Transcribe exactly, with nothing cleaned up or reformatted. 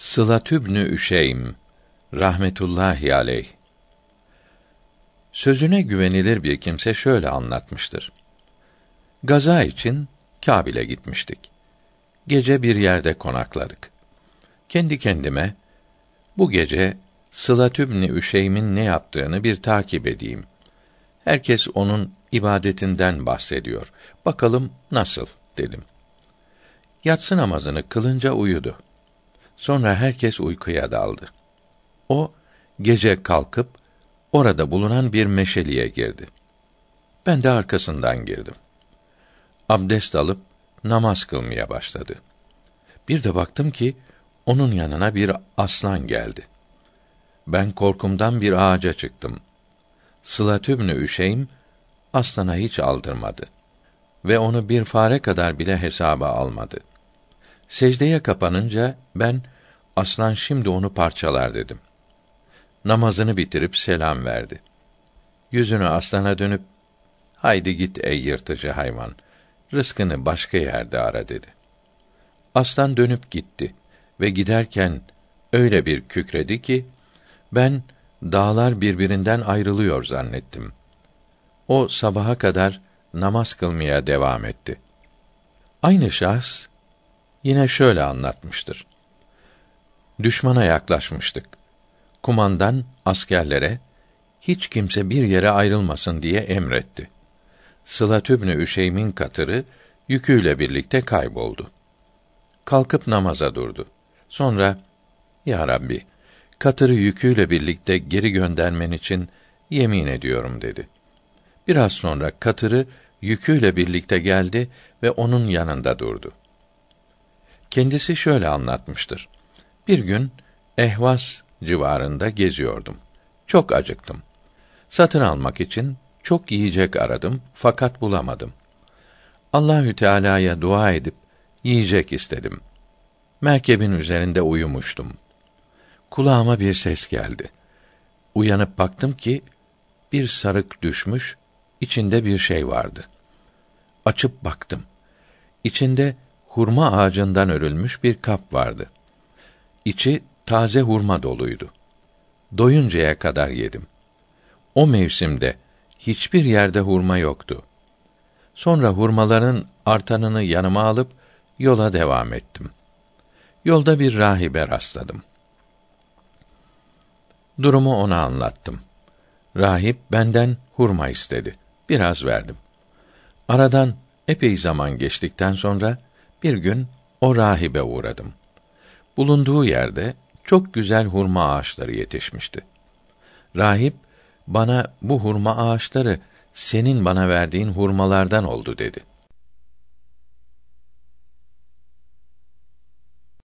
Sılatübnü Üşeym rahmetullahi aleyh sözüne güvenilir bir kimse şöyle anlatmıştır. Gaza için Kâbil'e gitmiştik. Gece bir yerde konakladık. Kendi kendime bu gece Sılatübnü Üşeym'in ne yaptığını bir takip edeyim. Herkes onun ibadetinden bahsediyor. Bakalım nasıl dedim. Yatsı namazını kılınca uyudu. Sonra herkes uykuya daldı. O gece kalkıp orada bulunan bir meşeliğe girdi. Ben de arkasından girdim. Abdest alıp namaz kılmaya başladı. Bir de baktım ki onun yanına bir aslan geldi. Ben korkumdan bir ağaca çıktım. Sılatübnü Üşeym aslana hiç aldırmadı ve onu bir fare kadar bile hesaba almadı. Secdeye kapanınca ben aslan şimdi onu parçalar dedim. Namazını bitirip selam verdi. Yüzünü aslana dönüp haydi git ey yırtıcı hayvan, rızkını başka yerde ara dedi. Aslan dönüp gitti ve giderken öyle bir kükredi ki ben dağlar birbirinden ayrılıyor zannettim. O sabaha kadar namaz kılmaya devam etti. Aynı şahs yine şöyle anlatmıştır. Düşmana yaklaşmıştık. Kumandan askerlere hiç kimse bir yere ayrılmasın diye emretti. Sılatübnü Üşeym'in katırı yüküyle birlikte kayboldu. Kalkıp namaza durdu. Sonra ya Rabbi, katırı yüküyle birlikte geri göndermen için yemin ediyorum dedi. Biraz sonra katırı yüküyle birlikte geldi ve onun yanında durdu. Kendisi şöyle anlatmıştır. Bir gün Ehvas civarında geziyordum. Çok acıktım. Satın almak için çok yiyecek aradım fakat bulamadım. Allahü Teala'ya dua edip yiyecek istedim. Merkebin üzerinde uyumuştum. Kulağıma bir ses geldi. Uyanıp baktım ki bir sarık düşmüş, içinde bir şey vardı. Açıp baktım. İçinde hurma ağacından örülmüş bir kap vardı. İçi taze hurma doluydu. Doyuncaya kadar yedim. O mevsimde hiçbir yerde hurma yoktu. Sonra hurmaların artanını yanıma alıp yola devam ettim. Yolda bir rahibe rastladım. Durumu ona anlattım. Rahip benden hurma istedi. Biraz verdim. Aradan epey zaman geçtikten sonra bir gün o rahibe uğradım. Bulunduğu yerde çok güzel hurma ağaçları yetişmişti. Rahip bana bu hurma ağaçları senin bana verdiğin hurmalardan oldu dedi.